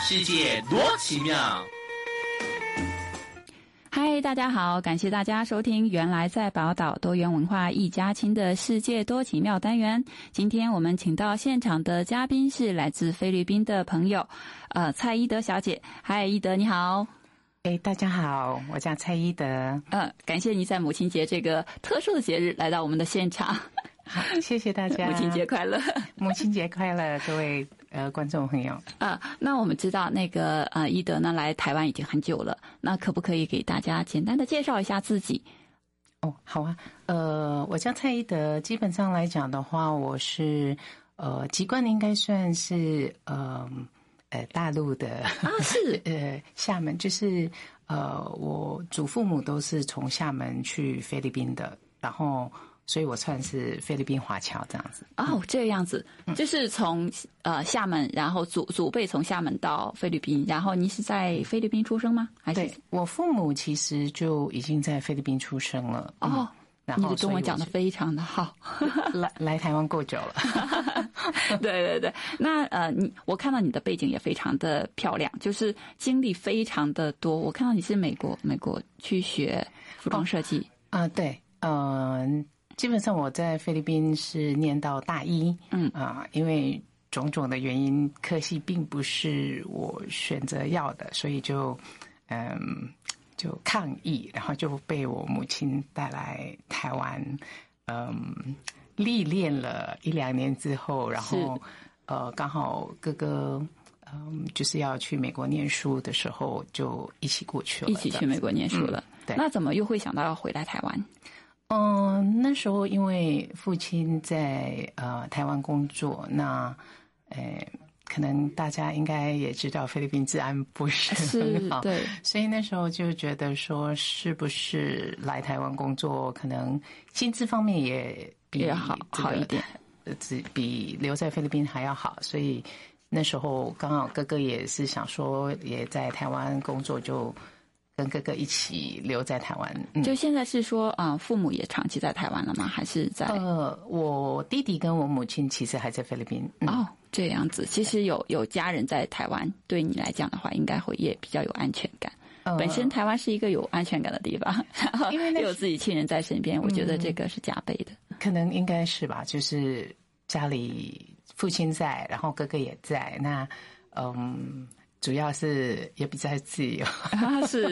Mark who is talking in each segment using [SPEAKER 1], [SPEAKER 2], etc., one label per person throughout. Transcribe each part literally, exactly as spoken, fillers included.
[SPEAKER 1] 世界多奇妙。
[SPEAKER 2] 嗨，大家好，感谢大家收听原来在宝岛多元文化一家亲的世界多奇妙单元。今天我们请到现场的嘉宾是来自菲律宾的朋友，呃，蔡依德小姐。嗨，依德你好。
[SPEAKER 3] 哎，大家好，我叫蔡依德。
[SPEAKER 2] 呃，感谢你在母亲节这个特殊的节日来到我们的现场。
[SPEAKER 3] 好，谢谢大家，
[SPEAKER 2] 母亲节快乐！
[SPEAKER 3] 母亲节快乐，各位呃观众朋友。
[SPEAKER 2] 啊、呃，那我们知道那个呃，依德呢来台湾已经很久了，那可不可以给大家简单的介绍一下自己？
[SPEAKER 3] 哦，好啊，呃，我叫蔡依德，基本上来讲的话，我是呃籍贯应该算是呃呃大陆的
[SPEAKER 2] 啊，是
[SPEAKER 3] 呃厦门，就是呃我祖父母都是从厦门去菲律宾的，然后。所以我算是菲律宾华侨这样子。
[SPEAKER 2] 哦，这样子，就是从呃厦门，然后祖祖辈从厦门到菲律宾，然后你是在菲律宾出生吗？还是？
[SPEAKER 3] 对，我父母其实就已经在菲律宾出生了。
[SPEAKER 2] 哦，
[SPEAKER 3] 然后
[SPEAKER 2] 你的中文讲得非常的好，
[SPEAKER 3] 来来台湾够久了。
[SPEAKER 2] 对对对，那呃，你我看到你的背景也非常的漂亮，就是经历非常的多。我看到你是美国美国去学服装设计
[SPEAKER 3] 啊、哦呃，对，嗯、呃。基本上我在菲律宾是念到大一，嗯啊、呃，因为种种的原因，科系并不是我选择要的，所以就嗯就抗议，然后就被我母亲带来台湾，嗯，历练了一两年之后，然后呃刚好哥哥嗯就是要去美国念书的时候，就一起过去了，
[SPEAKER 2] 一起去美国念书了。
[SPEAKER 3] 嗯、对，
[SPEAKER 2] 那怎么又会想到要回来台湾？
[SPEAKER 3] 嗯，那时候因为父亲在呃台湾工作，那呃可能大家应该也知道菲律宾治安不是很好，
[SPEAKER 2] 对，
[SPEAKER 3] 所以那时候就觉得说，是不是来台湾工作，可能薪资方面也比
[SPEAKER 2] 也好、这个、好一点，
[SPEAKER 3] 只比留在菲律宾还要好，所以那时候刚好哥哥也是想说，也在台湾工作就。跟哥哥一起留在台湾，
[SPEAKER 2] 嗯、就现在是说啊、呃，父母也长期在台湾了吗？还是在？
[SPEAKER 3] 呃，我弟弟跟我母亲其实还在菲律宾。嗯、
[SPEAKER 2] 哦，这样子，其实有有家人在台湾，对你来讲的话，应该会也比较有安全感。呃、本身台湾是一个有安全感的地方，因为有自己亲人在身边，我觉得这个是加倍的。
[SPEAKER 3] 嗯、可能应该是吧，就是家里父亲在，然后哥哥也在，那嗯。主要是也比较自由，
[SPEAKER 2] 啊、是，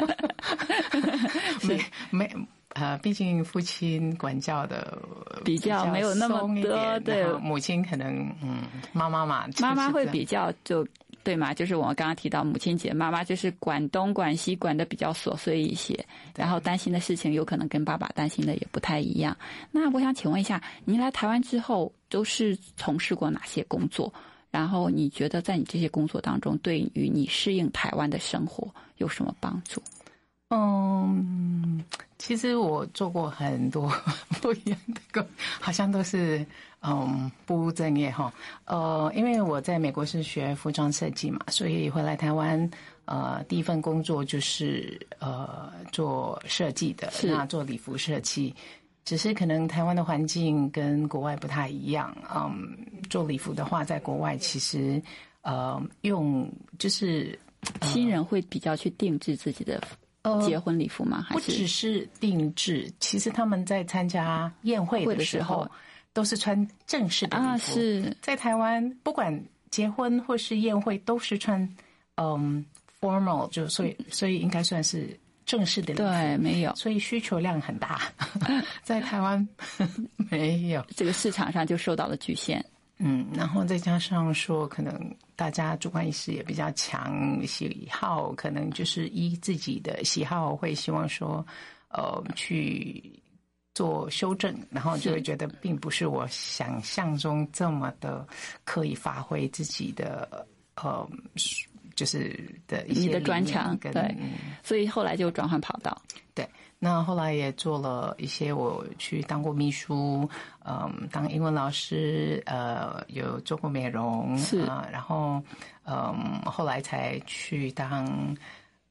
[SPEAKER 3] 没没呃，毕竟父亲管教的
[SPEAKER 2] 比较没有那么多，对，
[SPEAKER 3] 母亲可能嗯，妈妈嘛，
[SPEAKER 2] 妈妈会比较就对嘛，就是我刚刚提到母亲节，妈妈就是管东管西，管的比较琐碎一些，然后担心的事情有可能跟爸爸担心的也不太一样。那我想请问一下，您来台湾之后都是从事过哪些工作？然后你觉得在你这些工作当中，对于你适应台湾的生活有什么帮助？
[SPEAKER 3] 嗯，其实我做过很多不一样的工，好像都是嗯不务正业哈。呃，因为我在美国是学服装设计嘛，所以回来台湾，呃，第一份工作就是呃做设计的，那做礼服设计。只是可能台湾的环境跟国外不太一样，嗯，做礼服的话，在国外其实，呃，用就是、
[SPEAKER 2] 呃、新人会比较去定制自己的结婚礼服吗？还是
[SPEAKER 3] 不只是定制，其实他们在参加宴会的时候，都是穿正式的礼服。
[SPEAKER 2] 啊，是
[SPEAKER 3] 在台湾，不管结婚或是宴会，都是穿嗯 formal， 就所以所以应该算是。正式的礼服
[SPEAKER 2] 对没有，
[SPEAKER 3] 所以需求量很大，在台湾没有，
[SPEAKER 2] 这个市场上就受到了局限。
[SPEAKER 3] 嗯，然后再加上说，可能大家主观意识也比较强，喜好可能就是依自己的喜好，会希望说，呃，去做修正，然后就会觉得并不是我想象中这么的可以发挥自己的呃。就是的一些
[SPEAKER 2] 你的专长，对、嗯，所以后来就转换跑道。
[SPEAKER 3] 对，那后来也做了一些，我去当过秘书，嗯，当英文老师，呃，有做过美容，
[SPEAKER 2] 是
[SPEAKER 3] 啊、呃，然后嗯，后来才去当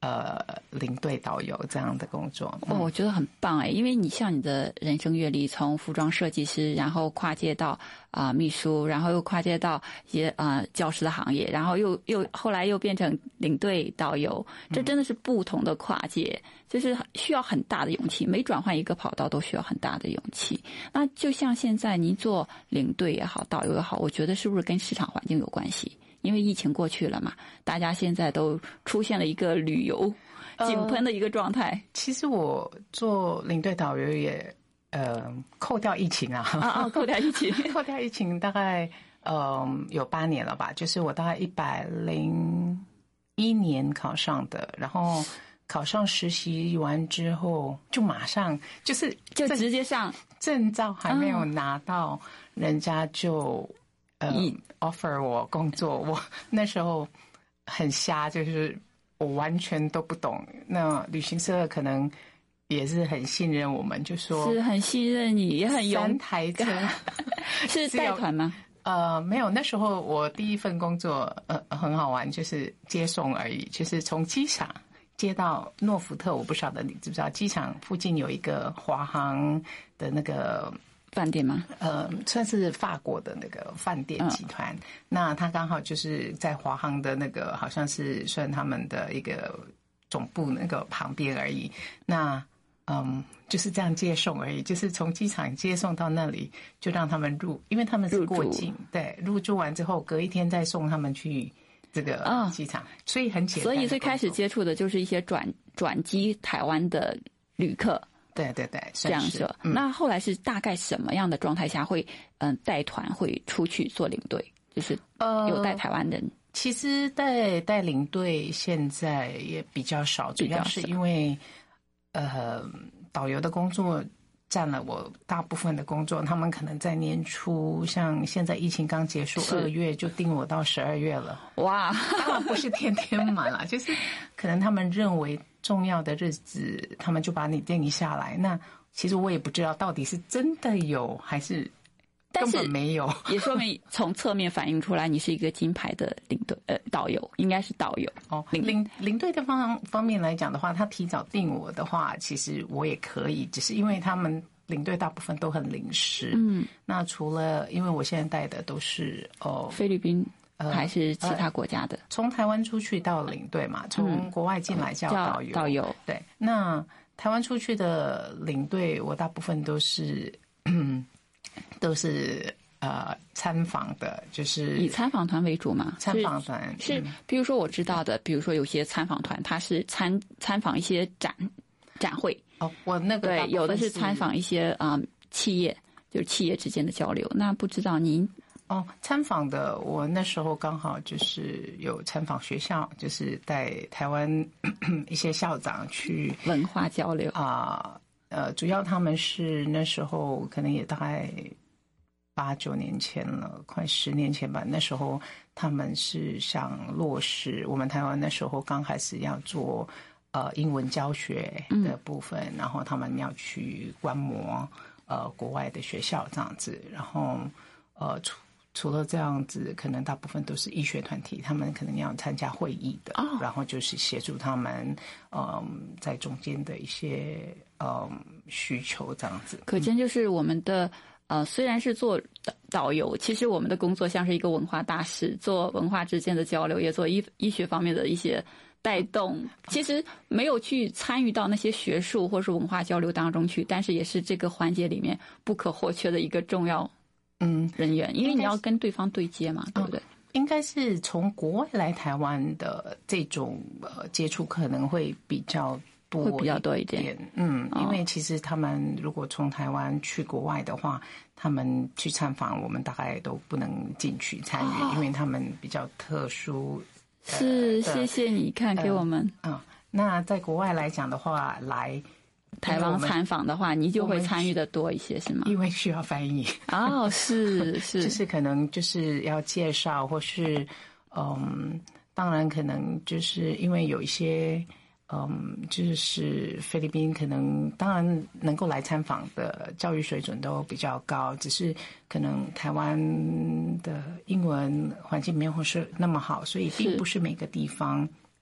[SPEAKER 3] 呃领队导游这样的工作。嗯、
[SPEAKER 2] 哦，我觉得很棒哎，因为你像你的人生阅历，从服装设计师，然后跨界到啊、呃、秘书，然后又跨界到一些啊、呃、教师的行业，然后又又后来又变成领队导游，这真的是不同的跨界，就是需要很大的勇气，每转换一个跑道都需要很大的勇气。那就像现在您做领队也好，导游也好，我觉得是不是跟市场环境有关系？因为疫情过去了嘛，大家现在都出现了一个旅游井喷的一个状态。呃、
[SPEAKER 3] 其实我做领队导游也呃扣掉疫情啊，
[SPEAKER 2] 啊啊，扣掉疫情，
[SPEAKER 3] 扣掉疫情大概呃有八年了吧。就是我大概一百零一年考上的，然后考上实习完之后就马上就是
[SPEAKER 2] 就直接上
[SPEAKER 3] 证照还没有拿到，嗯、人家就。呃 offer 我工作，我那时候很瞎，就是我完全都不懂。那旅行社可能也是很信任我们，就说
[SPEAKER 2] 是很信任你，也很勇
[SPEAKER 3] 三台车
[SPEAKER 2] 是带团吗？
[SPEAKER 3] 呃，没有，那时候我第一份工作呃很好玩，就是接送而已，就是从机场接到诺福特，我不晓得你知不知道，机场附近有一个华航的那个。
[SPEAKER 2] 饭店吗？
[SPEAKER 3] 呃，算是法国的那个饭店集团。嗯、那他刚好就是在华航的那个，好像是算他们的一个总部那个旁边而已。那嗯，就是这样接送而已，就是从机场接送到那里，就让他们入，因为他们是过境，对，入住完之后，隔一天再送他们去这个机场，哦、所以很简单。
[SPEAKER 2] 所以最开始接触的就是一些转转机台湾的旅客。
[SPEAKER 3] 对对对，
[SPEAKER 2] 这样说。嗯、那后来是大概什么样的状态下会嗯带团会出去做领队？就是有带台湾人。呃、
[SPEAKER 3] 其实带带领队现在也比较少，主要是因为呃导游的工作占了我大部分的工作，他们可能在年初，像现在疫情刚结束，二月就订我到十二月了。
[SPEAKER 2] 哇，
[SPEAKER 3] 当然不是天天满了，就是可能他们认为。重要的日子，他们就把你定下来。那其实我也不知道到底是真的有还是根本没有，
[SPEAKER 2] 也说明从侧面反映出来，你是一个金牌的领队呃导游，应该是导游
[SPEAKER 3] 哦。领领队的方方面来讲的话，他提早定我的话，其实我也可以，只是因为他们领队大部分都很临时。嗯，那除了因为我现在带的都是哦
[SPEAKER 2] 菲律宾。还是其他国家的，
[SPEAKER 3] 呃、从台湾出去到领队嘛，从国外进来叫导游。嗯、
[SPEAKER 2] 导游
[SPEAKER 3] 对，那台湾出去的领队，我大部分都是，嗯、都是呃参访的，就是
[SPEAKER 2] 以参访团为主嘛。
[SPEAKER 3] 参访团
[SPEAKER 2] 是，嗯、比如说我知道的，比如说有些参访团，他是参参访一些展展会。
[SPEAKER 3] 哦，我那个
[SPEAKER 2] 对，有的是参访一些啊、嗯、企业，就是企业之间的交流。那不知道您。
[SPEAKER 3] 哦，参访的我那时候刚好就是有参访学校，就是带台湾一些校长去
[SPEAKER 2] 文化交流
[SPEAKER 3] 啊、呃，呃，主要他们是那时候可能也大概八九年前了，快十年前吧。那时候他们是想落实我们台湾那时候刚开始要做呃英文教学的部分，嗯、然后他们要去观摩呃国外的学校这样子，然后呃除除了这样子，可能大部分都是医学团体，他们可能要参加会议的，哦、然后就是协助他们，嗯，在中间的一些嗯需求这样子。
[SPEAKER 2] 可见就是我们的呃，虽然是做导游，其实我们的工作像是一个文化大使，做文化之间的交流，也做医医学方面的一些带动。其实没有去参与到那些学术或是文化交流当中去，但是也是这个环节里面不可或缺的一个重要。嗯，人员，因为你要跟对方对接嘛，对不对？
[SPEAKER 3] 应该是从国外来台湾的这种呃接触可能会比较多，
[SPEAKER 2] 会比较多一点。
[SPEAKER 3] 嗯，因为其实他们如果从台湾去国外的话，他们去参访，我们大概都不能进去参与，哦、因为他们比较特殊。
[SPEAKER 2] 呃、是，谢谢你看给我们。
[SPEAKER 3] 嗯、呃，那在国外来讲的话，来。
[SPEAKER 2] 台湾参访的话，你就会参与的多一些，是吗？
[SPEAKER 3] 因为需要翻译。
[SPEAKER 2] 哦，是是，
[SPEAKER 3] 就是可能就是要介绍，或是嗯，当然可能就是因为有一些嗯，就是菲律宾可能当然能够来参访的教育水准都比较高，只是可能台湾的英文环境没有是那么好，所以并不是每个地方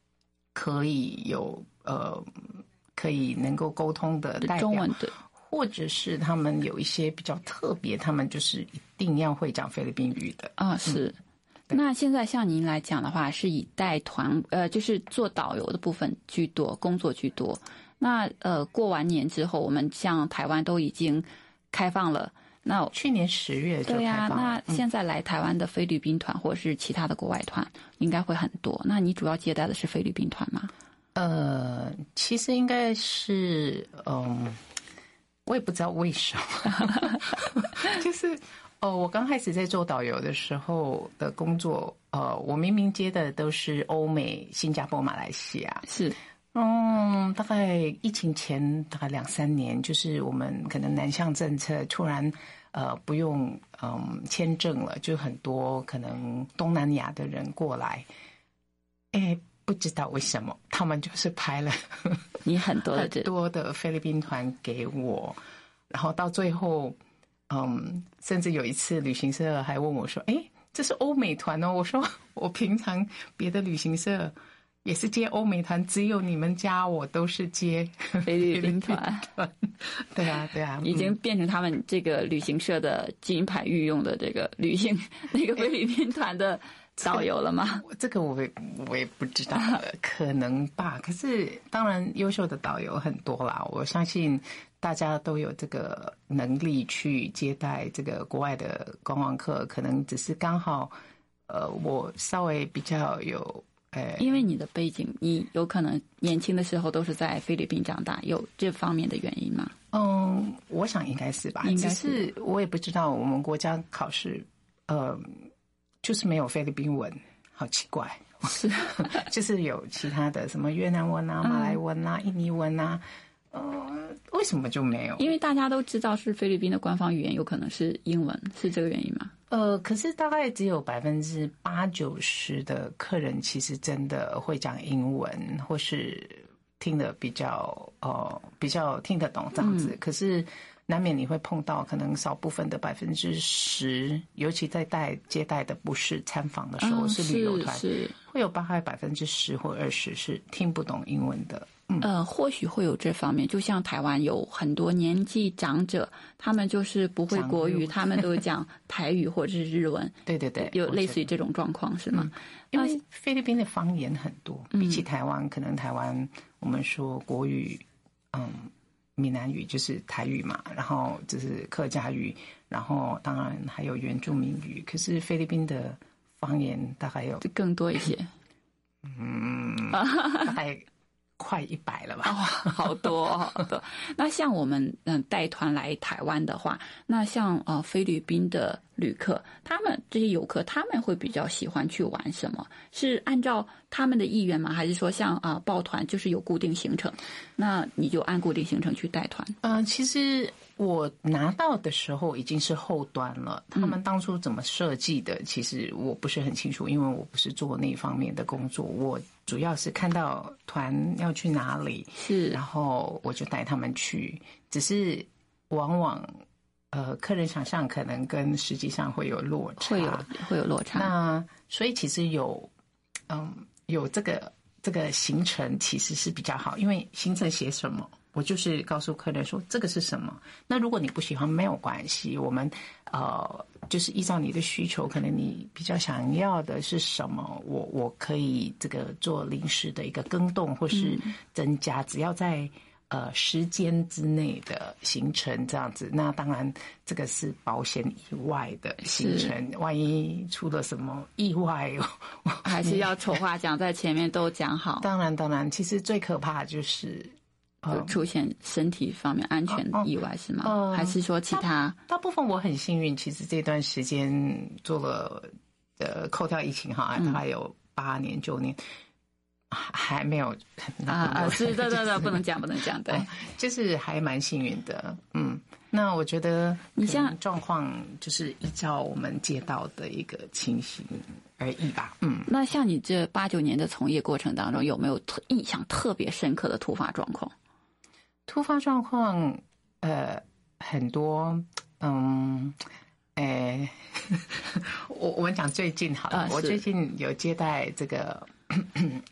[SPEAKER 3] 可以有呃可以能够沟通的代表，
[SPEAKER 2] 中文的，
[SPEAKER 3] 或者是他们有一些比较特别，他们就是一定要会讲菲律宾语的
[SPEAKER 2] 啊，是。嗯，那现在像您来讲的话，是以带团呃，就是做导游的部分居多，工作居多。那呃，过完年之后，我们像台湾都已经开放了。那
[SPEAKER 3] 去年十月就开放了。
[SPEAKER 2] 对呀，啊，那现在来台湾的菲律宾团或者是其他的国外团，应该会很多。那你主要接待的是菲律宾团吗？
[SPEAKER 3] 呃，其实应该是，嗯，我也不知道为什么，就是哦，我刚开始在做导游的时候的工作，呃，我明明接的都是欧美、新加坡、马来西亚，
[SPEAKER 2] 是。
[SPEAKER 3] 嗯，大概疫情前大概两三年，就是我们可能南向政策突然呃不用嗯签证了，就很多可能东南亚的人过来，哎，不知道为什么他们就是拍了
[SPEAKER 2] 你很多的
[SPEAKER 3] 很多的菲律宾团给我，然后到最后，嗯，甚至有一次旅行社还问我说：“哎，这是欧美团哦。”我说：“我平常别的旅行社。”也是接欧美团，只有你们家我都是接
[SPEAKER 2] 菲律宾团。
[SPEAKER 3] 对啊，对啊，
[SPEAKER 2] 已经变成他们这个旅行社的金牌御用的这个旅行那个菲律宾团的导游了吗？
[SPEAKER 3] 这个我我也不知道，可能吧。可是当然，优秀的导游很多啦，我相信大家都有这个能力去接待这个国外的观光客，可能只是刚好，呃，我稍微比较有。
[SPEAKER 2] 因为你的背景，你有可能年轻的时候都是在菲律宾长大，有这方面的原因吗？
[SPEAKER 3] 嗯，我想应该是吧。
[SPEAKER 2] 应该
[SPEAKER 3] 是，只是我也不知道我们国家考试，呃，就是没有菲律宾文，好奇怪。
[SPEAKER 2] 是，
[SPEAKER 3] 就是有其他的什么越南文啊、马来文啊、印尼文啊。呃，为什么就没有？
[SPEAKER 2] 因为大家都知道是菲律宾的官方语言，有可能是英文，是这个原因吗？
[SPEAKER 3] 呃，可是大概只有百分之八九十的客人其实真的会讲英文，或是听得比较呃比较听得懂这样子。嗯，可是难免你会碰到可能少部分的百分之十，尤其在带接待的不是参访的时候，嗯，是旅游团，
[SPEAKER 2] 是
[SPEAKER 3] 会有大概百分之十或二十是听不懂英文的。
[SPEAKER 2] 呃，或许会有这方面，就像台湾有很多年纪长者，他们就是不会国语，他们都讲台语或者是日文。
[SPEAKER 3] 对对对，
[SPEAKER 2] 有类似于这种状况是吗？
[SPEAKER 3] 嗯，因为菲律宾的方言很多，比起台湾，可能台湾我们说国语，嗯，闽南语就是台语嘛，然后就是客家语，然后当然还有原住民语。可是菲律宾的方言大概有
[SPEAKER 2] 更多一些，
[SPEAKER 3] 嗯，大概。快一百了吧？
[SPEAKER 2] 哦，好多好多。那像我们嗯带团来台湾的话，那像呃菲律宾的旅客，他们这些游客，他们会比较喜欢去玩什么？是按照他们的意愿吗？还是说像啊、呃、报团就是有固定行程，那你就按固定行程去带团？
[SPEAKER 3] 嗯、呃，其实我拿到的时候已经是后端了，他们当初怎么设计的，嗯，其实我不是很清楚，因为我不是做那方面的工作，我主要是看到团要去哪里，
[SPEAKER 2] 是，
[SPEAKER 3] 然后我就带他们去，只是往往呃客人想象可能跟实际上会有落差，
[SPEAKER 2] 会有会有落差。
[SPEAKER 3] 那所以其实有嗯有这个这个行程其实是比较好，因为行程写什么，我就是告诉客人说这个是什么。那如果你不喜欢没有关系，我们呃就是依照你的需求，可能你比较想要的是什么，我我可以这个做临时的一个更动或是增加，嗯，只要在呃时间之内的行程这样子。那当然这个是保险以外的行程，万一出了什么意外
[SPEAKER 2] 还是要丑话讲在前面都讲好。
[SPEAKER 3] 当然当然，其实最可怕就是
[SPEAKER 2] 就出现身体方面安全意外是吗？呃、还是说其他？
[SPEAKER 3] 大, 大部分我很幸运，其实这段时间做了，呃，扣掉疫情哈，大概有八年九年，还没有
[SPEAKER 2] 啊啊，是对对对，不能讲不能讲，对，
[SPEAKER 3] 就是还蛮幸运的，嗯。那我觉得
[SPEAKER 2] 你像
[SPEAKER 3] 状况就是依照我们接到的一个情形而已吧，嗯。
[SPEAKER 2] 那像你这八九年的从业过程当中，有没有特印象特别深刻的突发状况？
[SPEAKER 3] 突发状况，呃，很多，嗯，诶，我我们讲最近好了，啊，我最近有接待这个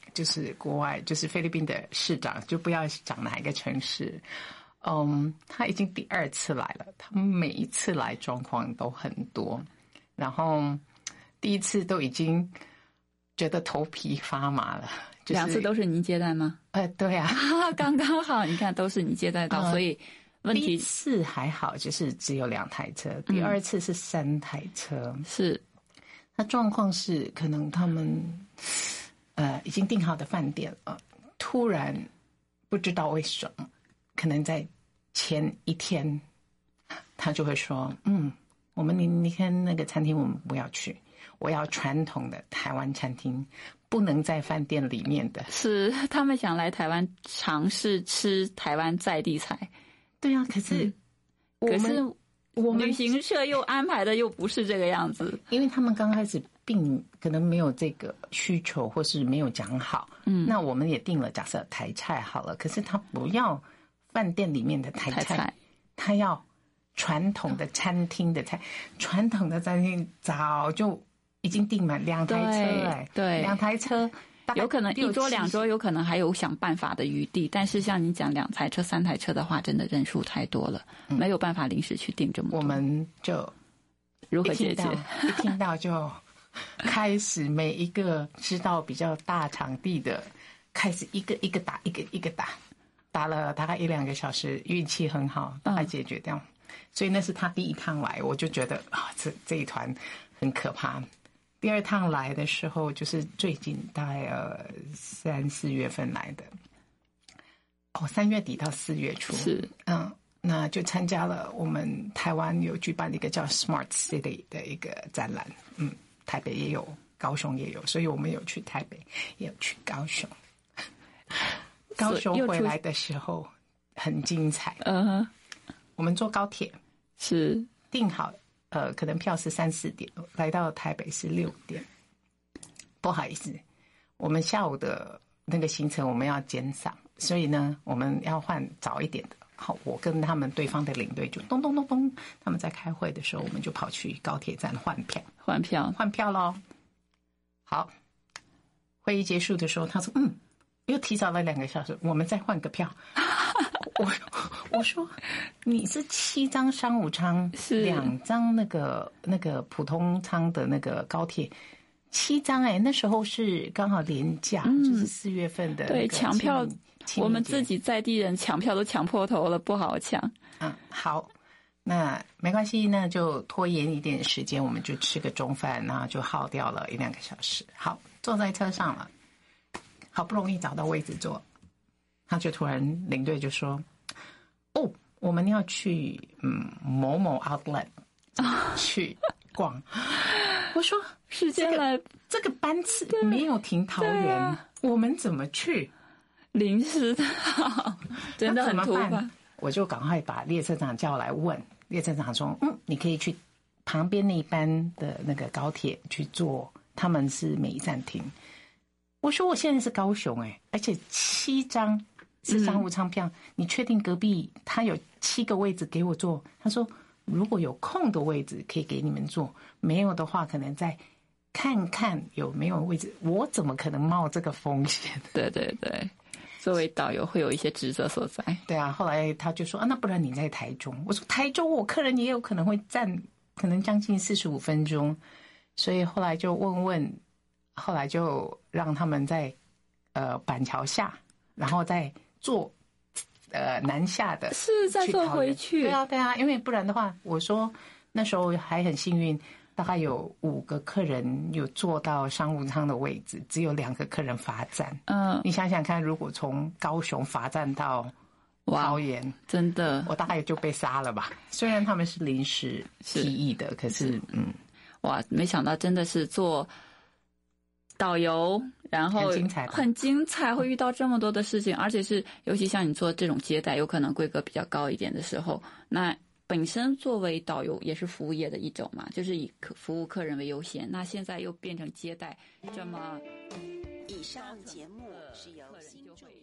[SPEAKER 3] 就是国外，就是菲律宾的市长，就不要讲哪一个城市。嗯，他已经第二次来了，他每一次来状况都很多，然后第一次都已经觉得头皮发麻了。就是、
[SPEAKER 2] 两次都是您接待吗？
[SPEAKER 3] 呃，对啊，
[SPEAKER 2] 刚刚好，你看都是你接待到，呃、所以问题
[SPEAKER 3] 第一次还好，就是只有两台车，第二次是三台车，
[SPEAKER 2] 嗯、是。
[SPEAKER 3] 那状况是可能他们呃已经订好的饭店了，突然不知道为什么。可能在前一天，他就会说：“嗯，我们明天那个餐厅我们不要去，我要传统的台湾餐厅，不能在饭店里面的。”
[SPEAKER 2] 是他们想来台湾尝试吃台湾在地菜。
[SPEAKER 3] 对啊，可是、
[SPEAKER 2] 嗯、可是我们旅行社又安排的又不是这个样子，
[SPEAKER 3] 因为他们刚开始并可能没有这个需求，或是没有讲好。嗯，那我们也定了，假设台菜好了，可是他不要饭店里面的台菜，台菜他要传统的餐厅的菜。传统的餐厅早就已经订满两台车了，
[SPEAKER 2] 对，
[SPEAKER 3] 两台车。
[SPEAKER 2] 有可能一桌两桌，有可能还有想办法的余地。但是像你讲两台车、三台车的话，真的人数太多了，嗯、没有办法临时去订这么多。
[SPEAKER 3] 我们就
[SPEAKER 2] 如何解决？
[SPEAKER 3] 一听到就开始每一个知道比较大场地的，开始一个一个打，一个一个打，打了大概一两个小时，运气很好，快解决掉。嗯、所以那是他第一趟来，我就觉得啊，这这一团很可怕。第二趟来的时候，就是最近大概呃三四月份来的，哦，三月底到四月初，
[SPEAKER 2] 是
[SPEAKER 3] 嗯，那就参加了我们台湾有举办的一个叫 Smart City 的一个展览，嗯，台北也有，高雄也有，所以我们有去台北，也有去高雄。高雄回来的时候很精彩，
[SPEAKER 2] 嗯哼，
[SPEAKER 3] 我们坐高铁
[SPEAKER 2] 是
[SPEAKER 3] 订好。呃，可能票是三四点，来到台北是六点。不好意思，我们下午的那个行程我们要减少，所以呢，我们要换早一点的。好，我跟他们对方的领队就咚咚咚咚，他们在开会的时候，我们就跑去高铁站换票，
[SPEAKER 2] 换票，
[SPEAKER 3] 换票咯。好，会议结束的时候，他说：“嗯，又提早了两个小时，我们再换个票。”我我说你是七张商务舱，两张那个那个普通舱的那个高铁，七张哎、欸，那时候是刚好连假，嗯、就是四月份的
[SPEAKER 2] 对抢票，我们自己在地人抢票都抢破头了，不好抢。
[SPEAKER 3] 嗯，好，那没关系，那就拖延一点时间，我们就吃个中饭，然后就耗掉了一两个小时。好，坐在车上了，好不容易找到位置坐。他就突然领队就说：“哦，我们要去嗯某某 outlet 去逛。”我说：“
[SPEAKER 2] 时间来、
[SPEAKER 3] 这个，这个班次没有停桃园，啊、我们怎么去？
[SPEAKER 2] 临时的，真的很突发。”
[SPEAKER 3] 我就赶快把列车长叫来问，列车长说：“嗯，你可以去旁边那一班的那个高铁去坐，他们是每一站停。”我说：“我现在是高雄哎、欸，而且七张。”是商务舱票，嗯、你确定隔壁他有七个位置给我坐？他说如果有空的位置可以给你们坐，没有的话可能再看看有没有位置。我怎么可能冒这个风险？
[SPEAKER 2] 对对对，作为导游会有一些职责所在。
[SPEAKER 3] 对啊，后来他就说啊，那不然你在台中？我说台中我客人也有可能会站，可能将近四十五分钟，所以后来就问问，后来就让他们在呃板桥下，然后再。坐呃南下的
[SPEAKER 2] 是再坐回去，
[SPEAKER 3] 对啊对啊，因为不然的话，我说那时候还很幸运，大概有五个客人有坐到商务舱的位置，只有两个客人罚站。嗯，你想想看，如果从高雄罚站到桃园，
[SPEAKER 2] 真的，
[SPEAKER 3] 我大概就被杀了吧。虽然他们是临时提议的，可是嗯，
[SPEAKER 2] 哇，没想到真的是做导游。然后
[SPEAKER 3] 很精彩，
[SPEAKER 2] 很精彩，会遇到这么多的事情，而且是尤其像你做这种接待，有可能规格比较高一点的时候，那本身作为导游也是服务业的一种嘛，就是以服务客人为优先。那现在又变成接待，这么
[SPEAKER 4] 以上节目是由新竹。